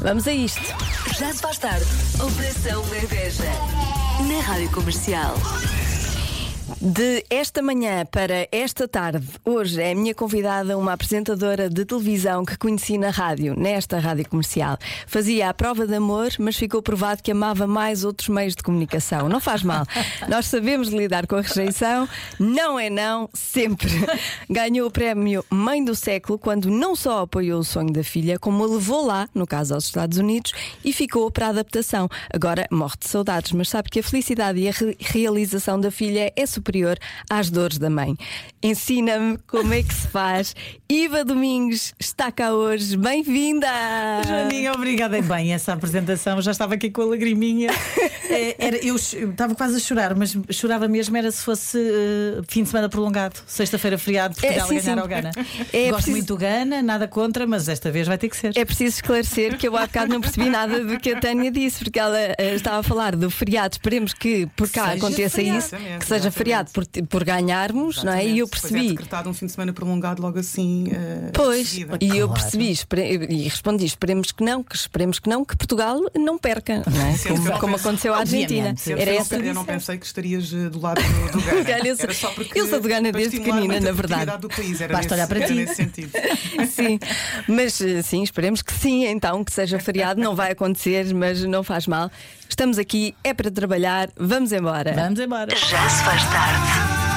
Vamos a isto. Já se faz tarde. Operação Bebeja. Na Rádio Comercial. De esta manhã para esta tarde, hoje é a minha convidada uma apresentadora de televisão que conheci na rádio, nesta Rádio Comercial. Fazia a prova de amor, mas ficou provado que amava mais outros meios de comunicação. Não faz mal. Nós sabemos lidar com a rejeição. Não é não, sempre. Ganhou o prémio Mãe do Século quando não só apoiou o sonho da filha, como a levou lá, no caso aos Estados Unidos, e ficou para a adaptação. Agora morre de saudades, mas sabe que a felicidade e a realização da filha é superior às dores da mãe. Ensina-me como é que se faz. Iva Domingues está cá hoje. Bem-vinda! Joaninha, obrigada. Bem, essa apresentação já estava aqui com a lagriminha. Eu estava quase a chorar, mas chorava mesmo era se fosse fim de semana prolongado, sexta-feira feriado, Portugal a ganhar ao Ghana. Gosto muito do Ghana, nada contra, mas esta vez vai ter que ser. É preciso esclarecer que eu há bocado não percebi nada do que a Tânia disse, porque ela estava a falar do feriado. Esperemos que por cá aconteça isso, que seja feriado por ganharmos, não é? E eu percebi. Depois é decretado um fim de semana prolongado logo assim. Pois, e eu percebi e respondi: esperemos que não, que Portugal não perca, não é? Como aconteceu à Argentina. Eu não pensei que estarias do lado do Ghana. Era só porque eu sou do Ghana desde pequenina, na verdade. Do país. Basta olhar para ti. Nesse sentido. Sim, mas sim, esperemos que sim, então, que seja feriado. Não vai acontecer, mas não faz mal. Estamos aqui, é para trabalhar. Vamos embora. Vamos embora. Já se faz tarde.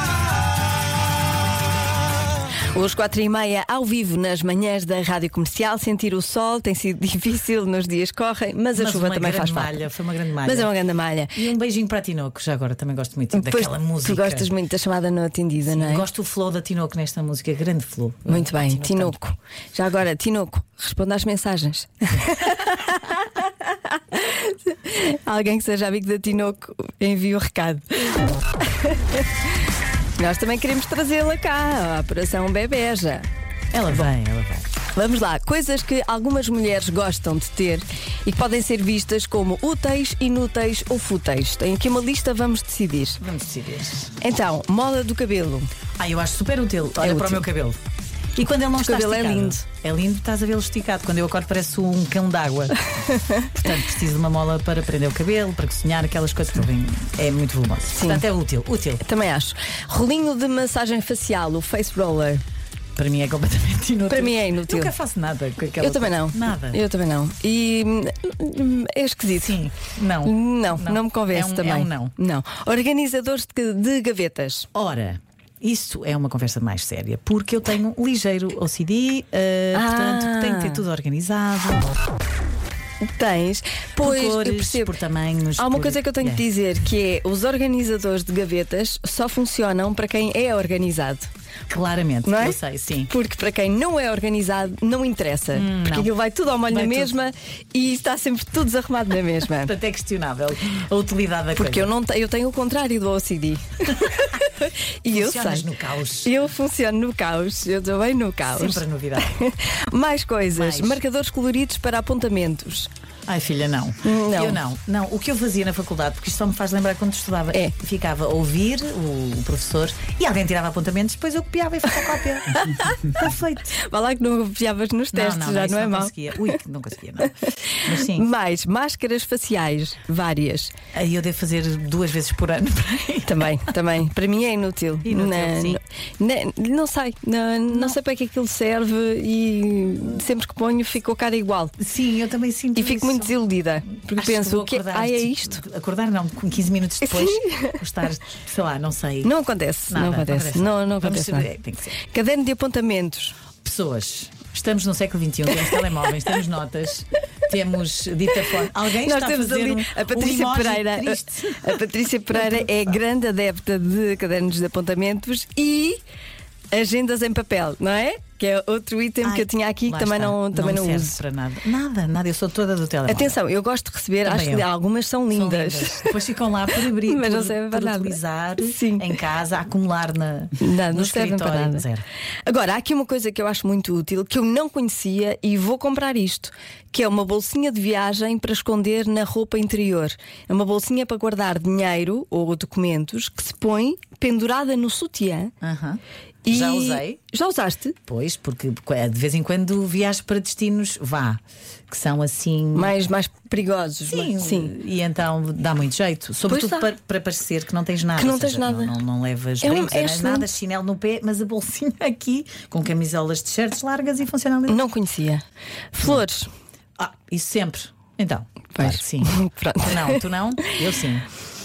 Hoje 4h30 ao vivo nas manhãs da Rádio Comercial. Sentir o sol tem sido difícil nos dias que correm, mas a chuva também faz falta. Foi uma grande malha. Mas é uma grande malha. E um beijinho para a Tinoco, já agora também gosto muito daquela música. Tu gostas muito da chamada não atendida, sim, não é? Gosto do flow da Tinoco nesta música, grande flow. Muito bem, Tinoco. Já agora, Tinoco, responda às mensagens. Alguém que seja amigo da Tinoco envie o recado. Nós também queremos trazê-la cá, a Operação Bebeja. Ela vem. Vamos lá, coisas que algumas mulheres gostam de ter e que podem ser vistas como úteis, inúteis ou fúteis. Tem aqui uma lista, vamos decidir. Então, moda do cabelo. Eu acho super útil. Olha para o meu cabelo. E quando ele não está cabelo esticado? É lindo. É lindo, estás a vê-lo esticado. Quando eu acordo parece um cão d'água. Portanto, preciso de uma mola para prender o cabelo, para cozinhar, aquelas coisas. É muito volumoso. Portanto, é útil. Também acho. Rolinho de massagem facial, o face roller. Para mim é completamente inútil. Para mim é inútil. Nunca faço nada com aquela. Eu também não. Nada. Eu também não. E é esquisito. Sim. Não me convence também. É um não. Organizadores de gavetas. Ora, isso é uma conversa mais séria, porque eu tenho um ligeiro OCD, portanto tenho que ter tudo organizado. Tens, pois por cores, eu percebo. Por tamanhos. Há uma coisa que eu tenho que dizer, que é: os organizadores de gavetas só funcionam para quem é organizado. Claramente, não é? Eu sei, sim. Porque para quem não é organizado não interessa, porque não. aquilo vai tudo ao molho na mesma e está sempre tudo desarrumado na mesma. Portanto, é questionável a utilidade da porque coisa. Eu tenho o contrário do OCD. E eu sei. No caos. Eu funciono no caos, eu estou bem no caos. Sempre a novidade. Mais coisas, marcadores coloridos para apontamentos. Ai, filha, não. Eu não. O que eu fazia na faculdade, porque isto só me faz lembrar quando estudava, ficava a ouvir o professor e alguém tirava apontamentos, depois eu copiava e fazia a cópia. Está feito. Vá lá que não copiavas nos testes, já não é mau. Não conseguia, não. Mas sim. Mais máscaras faciais, várias. Aí eu devo fazer 2 vezes por ano. Também. Para mim é inútil. Não sei. Não sei para que aquilo serve e sempre que ponho fico a cara igual. Sim, eu também sinto. E fico muito desiludida, porque penso que é isto. Acordar não, com 15 minutos depois estar, sei lá, não sei. Não acontece. Não acontece nada. Tem que ser. Caderno de apontamentos. Pessoas. Estamos no século XXI, temos telemóveis, temos notas, temos ditafone. Alguém está a fazer ali a Patrícia Pereira. triste. A Patrícia Pereira é grande adepta de cadernos de apontamentos e agendas em papel, não é? Que é outro item que eu tinha aqui que também não serve uso para nada. Nada, eu sou toda do telemóvel. Atenção, eu gosto de receber, também acho que algumas são lindas. Depois ficam lá por abrir, mas não servem para nada. Utilizar Sim. em casa, a acumular no servem para nada. Zero. Agora, há aqui uma coisa que eu acho muito útil, que eu não conhecia e vou comprar isto, que é uma bolsinha de viagem para esconder na roupa interior. É uma bolsinha para guardar dinheiro ou documentos que se põe pendurada no sutiã. E Já usei. Já usaste? Pois, porque de vez em quando viajo para destinos, que são assim. Mais perigosos. Sim, sim. E então dá muito jeito. Sobretudo para parecer que não tens nada. Que não ou seja, tens nada. Não levas É brincos, excelente. nada, chinelo no pé, mas a bolsinha aqui, com camisolas de t-shirts largas e funcionalidade. Não conhecia. Flores. Isso sempre. Então, Pois. claro que sim. Pronto. Tu não? Eu sim.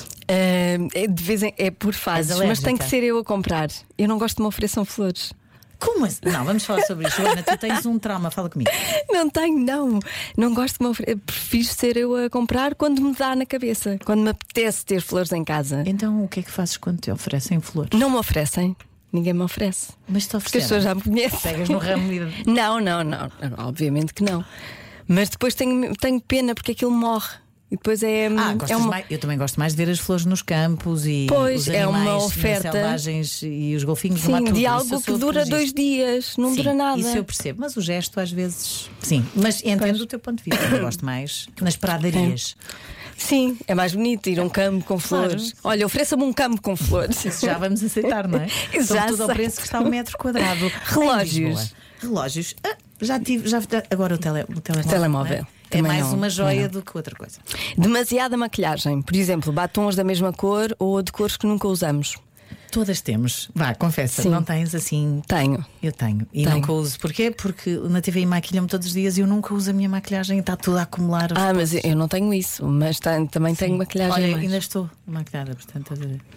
De vez em é por fases, És mas tem alérgica? que ser eu a comprar. Eu não gosto de me ofereçam flores. Como assim? Não, vamos falar sobre isso. Joana, tu tens um trauma, fala comigo. Não tenho, não. Não gosto de me oferecer. Prefiro ser eu a comprar quando me dá na cabeça. Quando me apetece ter flores em casa. Então o que é que fazes quando te oferecem flores? Não me oferecem. Ninguém me oferece. Mas te Porque as oferecem. pessoas já me conhecem. Pegas no ramo e. Não. Obviamente que não. Mas depois tenho pena porque aquilo morre. E depois é uma. Eu também gosto mais de ver as flores nos campos e Pois, os é animais uma oferta. selvagens e os golfinhos no Sim, mato. de Isso eu algo que sou dura apologista. 2 dias. Não Sim, dura nada. Isso eu percebo, mas o gesto às vezes. Sim, mas entendo o teu ponto de vista. Eu gosto mais nas pradarias. Sim, é mais bonito ir a um campo com flores. Olha, ofereça-me um campo com flores. Isso já vamos aceitar, não é? Isso já Sobretudo ao sei. preço que está o metro quadrado. Relógios. Em Lisboa. Relógios. Já tive. Agora o telemóvel. Telemóvel. Não é? É Também mais não, uma joia não. do que outra coisa. Demasiada maquilhagem. Por exemplo, batons da mesma cor ou de cores que nunca usamos. Todas temos. Vá, confessa, Sim. não tens assim. Tenho. Eu tenho. E Tenho. nunca uso. Porquê? Porque na TV maquilham-me todos os dias e eu nunca uso a minha maquilhagem e está tudo a acumular. Mas eu não tenho isso. Mas também tenho maquilhagem. Olha, a mais. ainda estou maquilhada, portanto.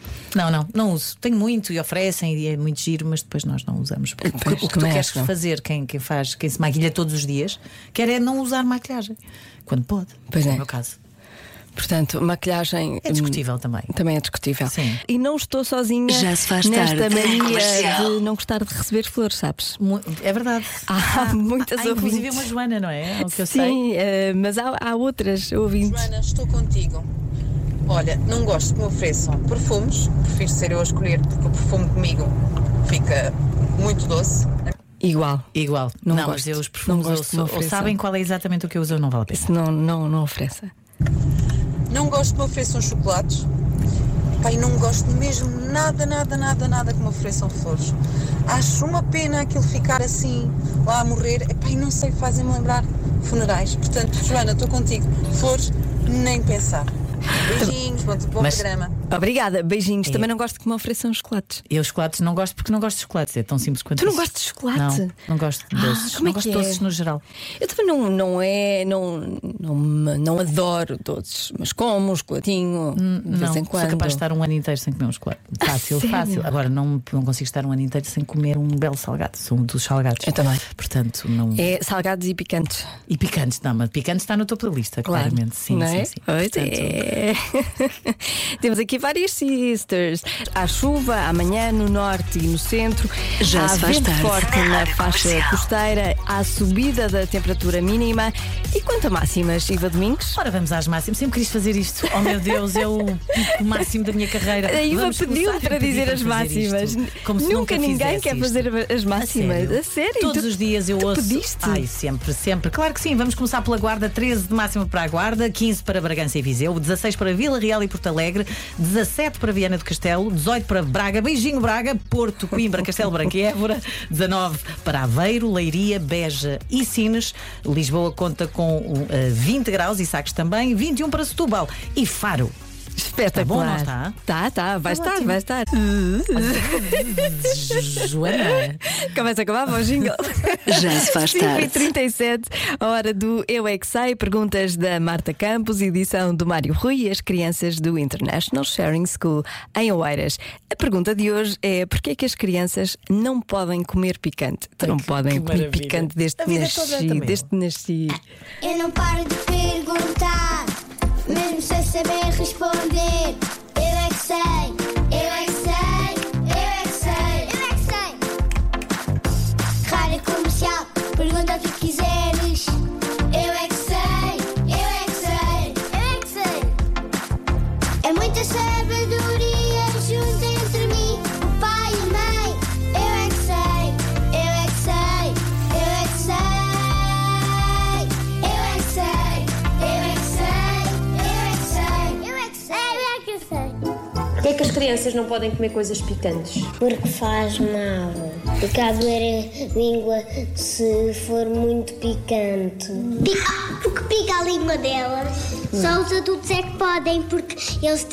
Não uso. Tenho muito e oferecem e é muito giro, mas depois nós não usamos. Porque Pois, o que tu também queres acho que não. fazer, quem se maquilha todos os dias, quer é não usar maquilhagem. Quando pode. Pois é é. o meu caso. Portanto, maquilhagem. É discutível também. Também é discutível. Sim. E não estou sozinha Já se faz nesta tarde. mania Comercial. de não gostar de receber flores, sabes? É verdade. Há muitas inclusive ouvintes. uma Joana, não é? É o que eu sei. Sim, mas há outras ouvintes. Joana, estou contigo. Olha, não gosto que me ofereçam perfumes, prefiro ser eu a escolher, porque o perfume comigo fica muito doce. Igual. Não, gosto. mas eu os perfumes Não gosto que me ou ofereçam. sabem qual é exatamente o que eu uso ou não vale a pena. Isso não ofereça. Não gosto que me ofereçam chocolates. Pai, não gosto mesmo nada que me ofereçam flores. Acho uma pena aquilo ficar assim, lá a morrer. Pai, não sei, fazem-me lembrar funerais. Portanto, Joana, estou contigo. Flores, nem pensar. Beijinhos, bom programa. Obrigada, beijinhos. Também não gosto que me ofereçam chocolates. Eu chocolates não gosto porque não gosto de chocolates. É tão simples quanto Tu não isso. gostas de chocolate? Não gosto de doces. como é não gosto que de é? doces no geral. Eu também não adoro doces, mas como um chocolatinho de vez Não, em quando. sou capaz de estar um ano inteiro sem comer um chocolate. Fácil, sério? fácil. Agora não consigo estar um ano inteiro sem comer um belo salgado. Sou um dos salgados. Eu também. Portanto, não. É salgados e picantes. E picantes, não, mas picantes está no topo da lista, Claro. claramente. Sim, não sim, é? sim. Pois Portanto, é. Temos aqui várias sisters. Há chuva amanhã no norte e no centro. Já há se faz vento tarde. forte na Rádio faixa Comercial. costeira. Há subida da temperatura mínima. E quanto a máximas, Iva Domingos? Ora, vamos às máximas. Sempre quis fazer isto. Oh meu Deus, é o pico máximo da minha carreira. A Iva Vamos pediu começar para a pedir dizer para as fazer isto. máximas. Como se Nunca ninguém fizesse quer isto. fazer as máximas. sério? A sério? Todos Tu- os dias eu tu ouço. pediste? Ai, sempre. Claro que sim. Vamos começar pela Guarda. 13 de máxima para a Guarda, 15 para Bragança e Viseu, 16 para Vila Real e Porto Alegre, 17 para Viana do Castelo, 18 para Braga, beijinho Braga, Porto, Coimbra, Castelo Branco e Évora, 19 para Aveiro, Leiria, Beja e Sines. Lisboa conta com 20 graus e Sagres também, 21 para Setúbal e Faro. Espetacular. Tá bom, não está? Tá. Vai estar, ótimo. vai estar. Joana. Começa a acabar o jingle. Já se faz tarde. 5h37, a hora do Eu é que Sei. Perguntas da Marta Campos, edição do Mário Rui e as crianças do International Sharing School em Oeiras. A pergunta de hoje é: porquê é que as crianças não podem comer picante? Não podem que comer maravilha. picante desde A que vida toda nasci. também. Desde que nasci. Eu não paro de perguntar, mesmo sem saber responder. Eu é que sei, eu é que sei, eu é que sei, eu é que sei. Rádio Comercial, pergunta o que quiseres. Eu é que sei, eu é que sei, eu é que sei. É muita sabedoria junto entre mim, o pai e a mãe. Eu é que sei, eu é que sei, eu é que sei. Eu é que sei, eu é que sei, eu é que sei, eu é que sei, eu é que sei. Porquê é que as crianças não podem comer coisas picantes? Porque faz mal. Fica a doer a língua se for muito picante. Porque pica a língua delas. Só os adultos é que podem, porque eles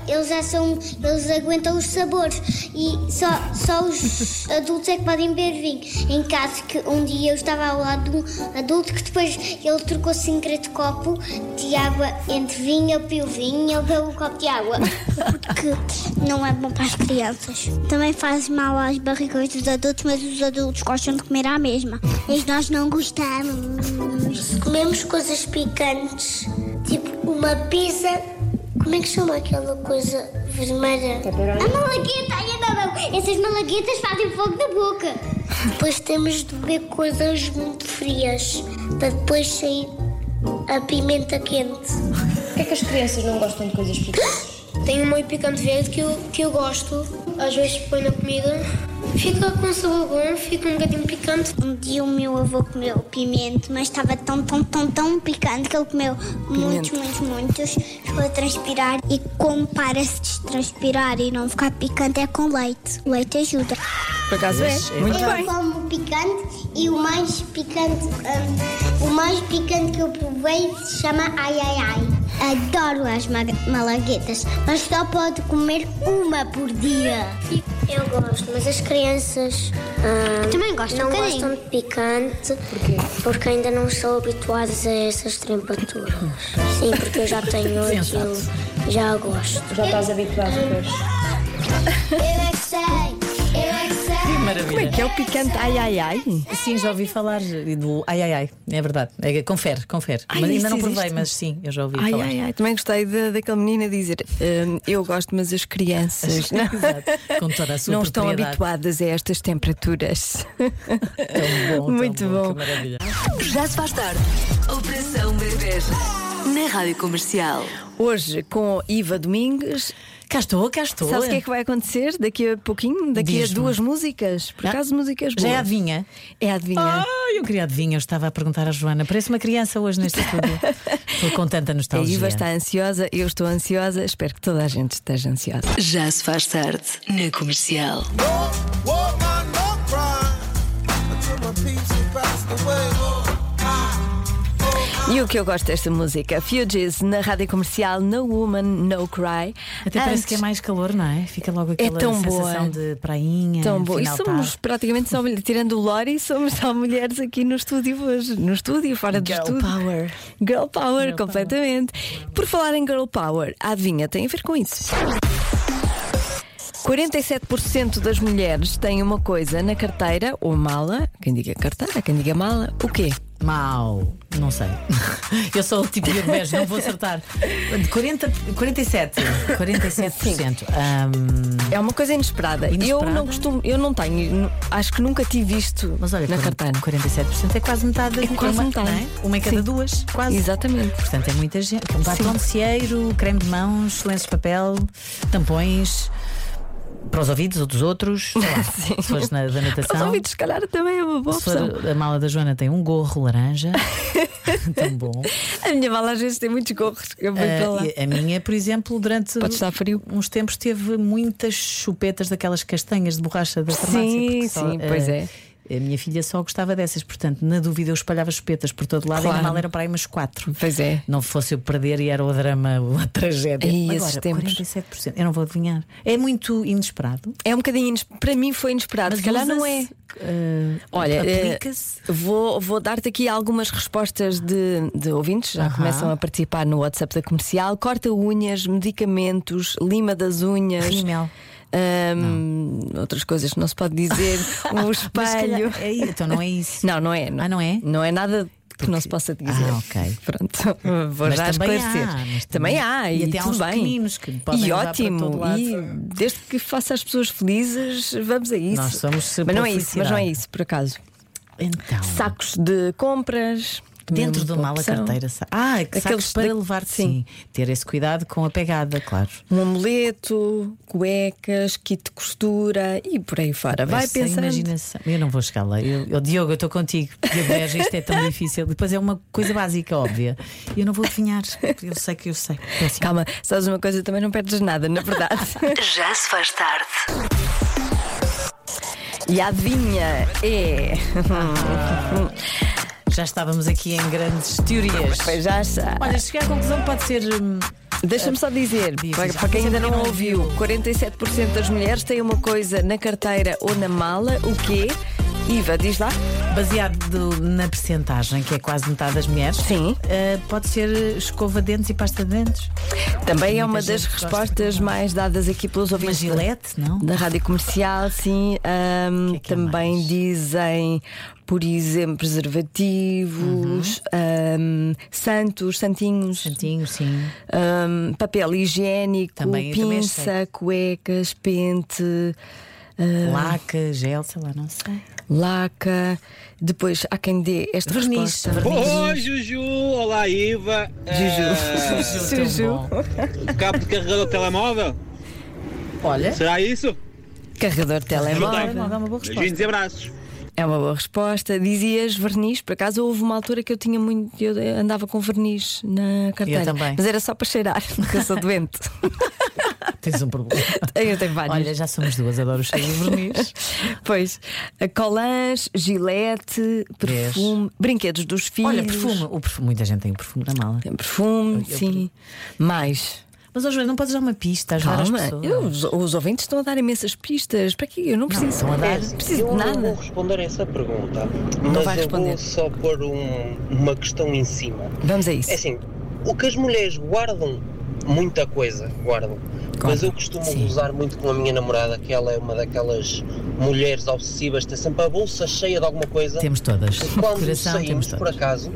eles aguentam os sabores. E só os adultos é que podem beber vinho. Em caso que um dia eu estava ao lado de um adulto que depois ele trocou-se em de copo de água entre vinho, eu pio vinho e ele bebeu um copo de água. Porque não é bom para as crianças. Também faz mal às barrigas dos adultos, mas os adultos gostam de comer à mesma. Mas nós não gostamos. Se comemos coisas picantes, tipo uma pizza, como é que chama aquela coisa vermelha? A malagueta! Não. Essas malaguetas fazem fogo na boca. Depois temos de beber coisas muito frias para depois sair a pimenta quente. Porquê é que as crianças não gostam de coisas picantes? Tem um molho picante verde que eu gosto. Às vezes põe na comida. Fica com sabor bom, fica um bocadinho picante. Um dia o meu avô comeu pimento, mas estava tão picante que ele comeu muitos. Ficou a transpirar e como para-se de transpirar e não ficar picante é com leite. O leite ajuda. Por acaso é? Muito bem. Eu como picante e o mais picante que eu provei se chama ai. Adoro as malaguetas, mas só pode comer uma por dia. Eu gosto, mas as crianças também gostam, não gostam de picante. Porquê? Porque ainda não são habituadas a essas temperaturas. Sim, porque eu já tenho 8 e já gosto. Já estás habituado a comer? Eu é que sei. Maravilha. Como é que é o picante ai? Sim, já ouvi falar do ai. É verdade. Confere. Ai, Mas ainda isso não provei, existe? mas sim, eu já ouvi falar. Ai. Também gostei daquele menino a dizer eu gosto, mas as crianças não, Exato. Com toda a sua não estão propriedade. habituadas a estas temperaturas. Tão bom, Muito bom. Que maravilha. Já se faz tarde. Operação Bebeja. Na Rádio Comercial. Hoje com Iva Domingues. Cá estou. Sabes o que é que vai acontecer daqui a pouquinho? Daqui a Diz-me. 2 músicas. Por acaso, músicas boas. Já é adivinha? É adivinhar. Eu queria adivinha, eu estava a perguntar à Joana. Parece uma criança hoje neste estúdio. Estou com tanta A nostalgia. Iva está ansiosa, eu estou ansiosa. Espero que toda a gente esteja ansiosa. Já se faz tarde. Na Comercial. E o que eu gosto desta música? Fugees na Rádio Comercial, No Woman, No Cry. Até parece que é mais calor, não é? Fica logo aquela tão sensação boa. de prainha. Tão bom. E final somos tarde. praticamente só mulheres, tirando o Lori, somos só mulheres aqui no estúdio hoje. No estúdio, fora do Girl estúdio. power. Girl Power, completamente. Por falar em Girl Power, a adivinha tem a ver com isso. 47% das mulheres têm uma coisa na carteira ou mala. Quem diga carteira, quem diga mala, o quê? Mau, não sei. Eu sou o tipo de beijo, não vou acertar. 47%. É uma coisa inesperada. Inesperada? Eu não costumo, eu não tenho, acho que nunca tive isto Mas olha, na carteira. 47% é quase metade. É quase uma, metade. não é? Uma em cada Sim. duas, quase. Exatamente. Portanto, é muita gente. Batom de cieiro, creme de mãos, lenços de papel, tampões. Para os ouvidos ou dos outros, sei lá, se fores na da natação. Os ouvidos, se calhar, também é uma boa Se opção. for, a mala da Joana tem um gorro laranja. Tão bom. A minha mala às vezes tem muitos gorros que eu vou para lá. A minha, por exemplo, durante Pode estar frio. uns tempos teve muitas chupetas daquelas castanhas de borracha da farmácia. Sim, porque sim, pois é. A minha filha só gostava dessas, portanto, na dúvida, eu espalhava chupetas por todo lado. Claro. E na mala era para aí umas 4. Pois é. Não fosse eu perder e era o drama, a tragédia. Ai, Agora, esses tempos. 47%. Eu não vou adivinhar. É muito inesperado. É um bocadinho para mim foi inesperado. Se calhar não é. Olha, aplica-se. vou dar-te aqui algumas respostas de ouvintes. Já começam a participar no WhatsApp da Comercial. Corta unhas, medicamentos, lima das unhas. Rímel. Outras coisas que não se pode dizer. Um Mas se espelho. calhar então não é isso. Não é. Ah, não é? Não é nada que não se possa dizer. Ok. Pronto, vou Mas já também esclarecer. há, mas também há, e até há tudo uns bem. pequeninos que podem e levar para ótimo. todo lado. E desde que faça as pessoas felizes, vamos a isso. Nós somos mas não é isso, felicidade. por acaso. Então. Sacos de compras, Também é Dentro uma do boa mala opção. carteira. Sacos para levar, sim. Ter esse cuidado com a pegada, claro. Um amuleto, cuecas, kit de costura e por aí fora. Vai Sem pensando. imaginação. Eu não vou chegar lá. Diogo, eu estou contigo. Diogo Beja, isto é tão difícil. Depois é uma coisa básica, óbvia. Eu não vou adivinhar. Eu sei que eu sei. Péssimo. Calma, sabes uma coisa, também não perdes nada, na verdade. Já se faz tarde. E a adivinha é. Já estávamos aqui em grandes teorias. Pois já está. Olha, cheguei à conclusão que pode ser. Deixa-me só dizer, para quem ainda não ouviu, 47% das mulheres têm uma coisa na carteira ou na mala. O quê? Iva, diz lá. Baseado na percentagem, que é quase metade das mulheres. Sim. Pode ser escova de dentes e pasta de dentes. Também é Muita uma gente das gosta respostas de- mais dadas aqui pelos Uma ouvintes gilete, não? da Rádio Comercial, sim. Que é Também mais? dizem, por exemplo, preservativos, santinhos, Santinho, sim. papel higiênico, Também- eu também pinça, cuecas, pente, Laca, gel, sei lá, não sei. laca. Depois há quem dê esta Verniz. resposta. Oi, Juju! Olá, Iva! Juju. Cabo de carregador de telemóvel? Olha, Será isso? Carregador de telemóvel. não dá uma boa resposta. Beijinhos e abraços. É uma boa resposta. Dizias verniz, por acaso houve uma altura que eu tinha muito. Eu andava com verniz na carteira. Eu também. Mas era só para cheirar, porque eu sou doente. Tens um problema. Eu tenho vários. Olha, já somos duas, adoro o cheiro de verniz. Pois, colãs, gilete, perfume, brinquedos dos filhos. Olha, perfume. O perfume. Muita gente tem o perfume na mala. Tem perfume, sim. Mais. Mas, Joana, não podes dar uma pista, ajudar as Calma, pessoas. os ouvintes estão a dar imensas pistas. Para quê? Eu não preciso. estão a dar. Preciso Eu de não vou nada. responder essa pergunta, Não mas vai eu responder. vou só pôr uma questão em cima. Vamos a isso. É assim, o que as mulheres guardam, muita coisa guardam, mas eu costumo usar muito com a minha namorada, que ela é uma daquelas mulheres obsessivas, tem sempre a bolsa cheia de alguma coisa. Temos todas. E quando Coração, temos saímos, por todas. acaso,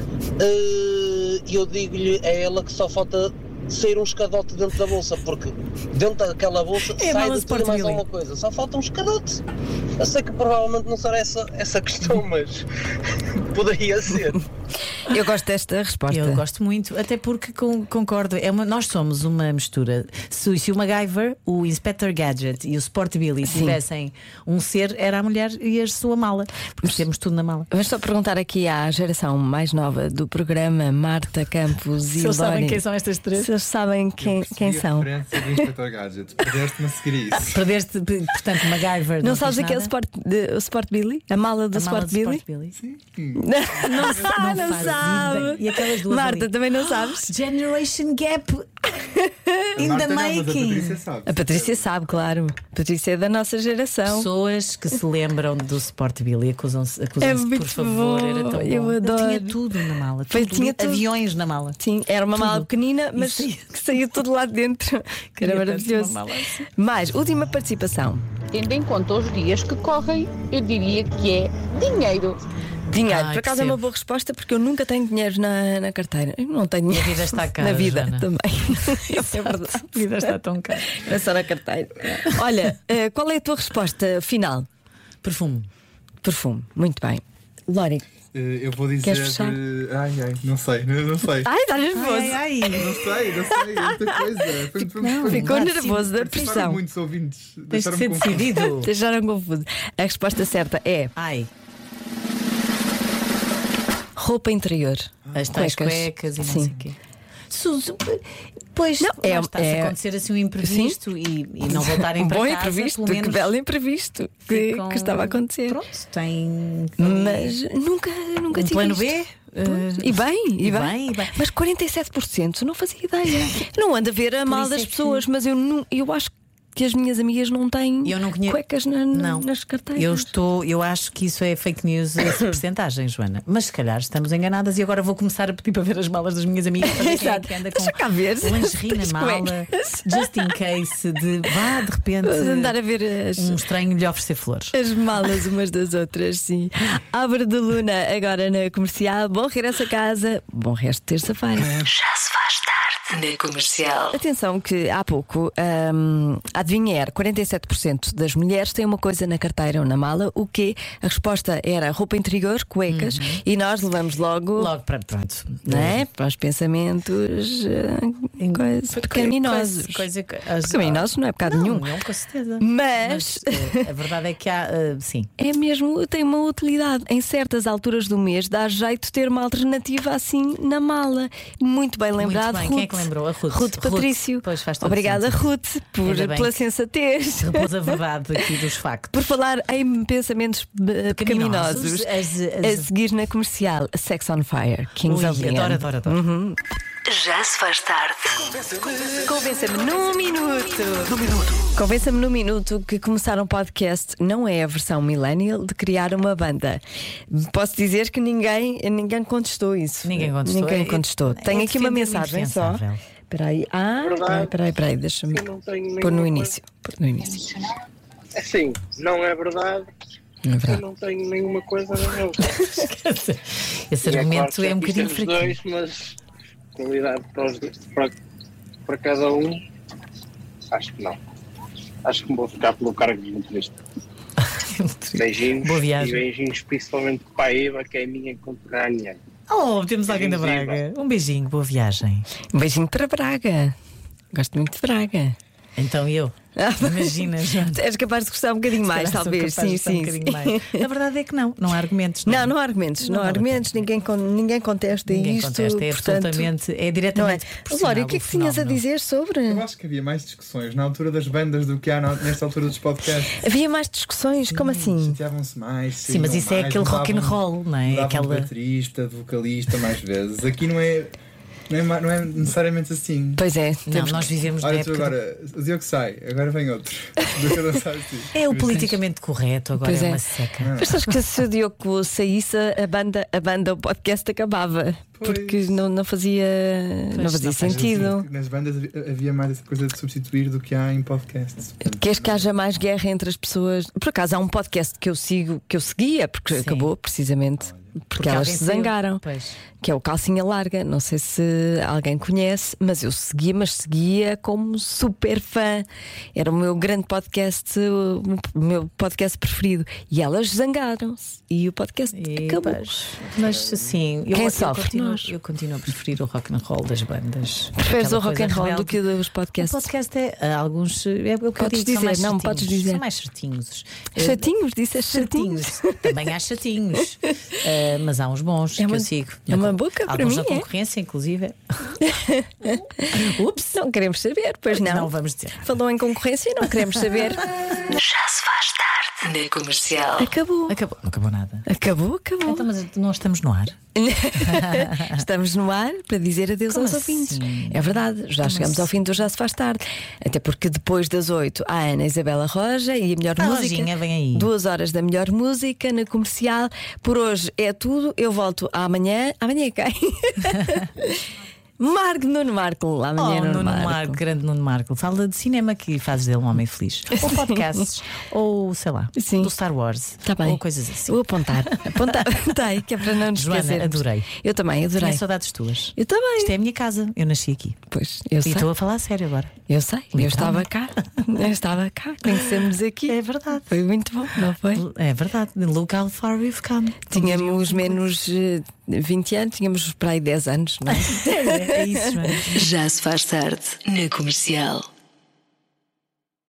eu digo-lhe a ela que só falta sair um escadote dentro da bolsa, porque dentro daquela bolsa É a sai mala de tudo e Sport mais Billy. alguma coisa, só falta um escadote. Eu sei que provavelmente não será essa questão, mas poderia ser. Eu gosto desta resposta. Eu gosto muito, até porque concordo. Nós somos uma mistura. Se o MacGyver, o Inspector Gadget e o Sport Billy tivessem um ser, era a mulher e a sua mala. Porque temos tudo na mala. Vamos só perguntar aqui à geração mais nova do programa, Marta Campos e Se eles sabem Lori. quem são estas três. Se eles sabem quem são. A referência do Inspector Gadget. Perdeste-me a seguir isso. Perdeste, portanto, MacGyver. Não sabes fiz o que é o nada. Sport Billy? A mala do A mala Sport do Billy? Sport Billy. Não sabe, não faz sabe. ideia. E aquelas duas Marta, ali. também não sabes? Generation Gap A in Marta the não, mas a making. Patrícia sabe. A Patrícia sabe, claro. A Patrícia é da nossa geração. Pessoas que se lembram do Sport Billy acusam-se, É muito por favor, bom. era tão Eu bom. adoro. Tinha tudo na mala, Pois tudo. tinha tudo. Aviões na mala. Sim, era uma mala pequenina, mas saía- que saía tudo lá dentro. Era Queria tanto maravilhoso. uma mala assim. Mais, última participação. Tendo em conta os dias que correm, eu diria que é dinheiro. Dinheiro, Ai, por acaso é percebo. uma boa resposta porque eu nunca tenho dinheiro na carteira. Eu não tenho E a dinheiro. vida está cara, Na vida Joana. também. Isso é verdade. A vida está tão cara. É só na carteira. Olha, qual é a tua resposta final? Perfume. Perfume, muito bem. Lori, Eu vou dizer. Queres fechar? Ai, não sei. ai, estás nervoso. Ai, Não sei, é muita coisa. Ficou Máximo. nervoso da Participaram pressão. muitos ouvintes. tens de Deixaram-me ser confuso. decidido. Deixaram confuso. A resposta certa é Ai, roupa interior. as tais cuecas e não Sim. sei o quê. Pois, Não, lá está, se acontecer assim um imprevisto e não voltarem para Bom casa, imprevisto, pelo menos que belo imprevisto que ficam- estava a acontecer. Pronto, tem Mas nunca um tive plano isto. B. Pois, E bem. e bem. Mas 47% não fazia ideia. Não ando a ver a mal isso das é que- pessoas, mas eu acho que as minhas amigas não têm Eu não conheço- cuecas Não. nas carteiras. Eu acho que isso é fake news, essa percentagem, Joana. Mas se calhar estamos enganadas e agora vou começar a pedir para ver as malas das minhas amigas para ver quem é Exato. que anda Deixa cá ver. com lingerie na As mala, cuecas. just in case de repente Vamos andar a ver um estranho lhe oferecer flores. as malas umas das outras, sim. Álvaro de Luna, agora na comercial. Bom regresso a casa, bom resto de terça-feira. Já se faz tarde. na Comercial. Atenção que há pouco, adivinhar, 47% das mulheres têm uma coisa na carteira ou na mala. O quê? A resposta era roupa interior, cuecas, e nós levamos logo para pronto, não é? Para os pensamentos pecaminosos. Pecaminosos não é pecado nenhum. Não, com certeza. Mas a verdade é que há, sim. É mesmo, tem uma utilidade. Em certas alturas do mês dá jeito de ter uma alternativa assim na mala. Muito bem lembrado. Muito bem. Ruth. Quem é que lembrou? A Ruth. Ruth Patrício. Pois faz todo Obrigada, sentido. Ruth, pela sensatez. Repôs a verdade aqui dos factos. Por falar em pensamentos pecaminosos, a seguir na Comercial, Sex on Fire, Kings of Leon. Adoro. Já se faz tarde. Convença-me num minuto. Convença-me num minuto que começar um podcast não é a versão millennial de criar uma banda. Posso dizer que ninguém contestou isso. Ninguém contestou. Tenho aqui uma mensagem só. Espera aí. Espera aí, deixa-me pôr no início. Assim, não é verdade. Eu não tenho nenhuma coisa na minha vida. Esse argumento é um bocadinho fraquinho. Dois, mas qualidade para cada um, acho que não. Acho que me vou ficar pelo cargo de motorista. Beijinhos. Boa viagem. E beijinhos principalmente para a Eva, que é a minha conterrânea. Temos alguém da Braga. Um beijinho, boa viagem. Um beijinho para Braga. Gosto muito de Braga. Então eu. Imagina, João. És capaz de gostar um bocadinho mais, talvez. Sim. A verdade é que não há argumentos. Não há argumentos. Ninguém contesta isto. Contesta, absolutamente. É diretamente. Lória, o que é que tinhas a dizer sobre? Eu acho que havia mais discussões na altura das bandas do que há nesta altura dos podcasts. Havia mais discussões? Como assim? Chateavam-se mais. Sim, mas isso é aquele rock and roll, não é? De baterista, de vocalista, mais vezes. Aqui não é necessariamente assim. Pois é. Nós vivemos Olha, tu agora, o Diogo sai, agora vem outro. É o politicamente correto, agora é uma seca. Mas acho que se o Diogo saísse, a banda, o podcast acabava. Porque não fazia sentido. Assim, nas bandas havia mais essa coisa de substituir do que há em podcasts. Queres que haja mais guerra entre as pessoas? Por acaso há um podcast que eu seguia, porque acabou precisamente. Porque elas se zangaram, que é o Calcinha Larga. Não sei se alguém conhece, mas eu seguia como super fã. Era o meu grande podcast, o meu podcast preferido. E elas zangaram-se e o podcast acabou. Mas assim, eu continuo a preferir o rock and roll das bandas. Preferes o rock and roll do que os podcasts? O podcast alguns é o que podes eu digo, dizer, não podes dizer. São mais certinhos. Chatinhos, disseste chatinhos. Também há chatinhos. Mas há uns bons que eu sigo. É uma boca para mim. Alguns da concorrência, inclusive. Ups, não queremos saber, pois não. Não vamos dizer. Falou em concorrência e não queremos saber. Já se faz tarde na Comercial. Acabou. Não acabou nada. Acabou. Então, mas nós estamos no ar. Estamos no ar para dizer adeus aos ouvintes. É verdade, já chegamos ao fim do Já se faz tarde. Até porque depois das 8 há a Ana Isabela Roja e a melhor música. Vem aí. 2 horas da melhor música na Comercial. Por hoje é tudo. Eu volto amanhã. Amanhã é quem? Nuno Marco, amanhã Nuno Marco, grande Nuno Marco. Fala de cinema que fazes dele um homem feliz. Ou podcasts, ou sei lá, do Star Wars. Tá bem. Ou coisas assim. Vou apontar, que é para não nos esquecer. Joana, adorei. Eu também adorei. Tinha saudades tuas. Eu também. Isto é a minha casa, eu nasci aqui. Pois, eu sei. E estou a falar a sério agora. Eu sei, eu estava cá. Conhecemos aqui. É verdade. Foi muito bom, não foi? É verdade. Look how far we've come. Tínhamos menos 20 anos, tínhamos para aí 10 anos, não é? É isso, Joana. Já se faz tarde na Comercial.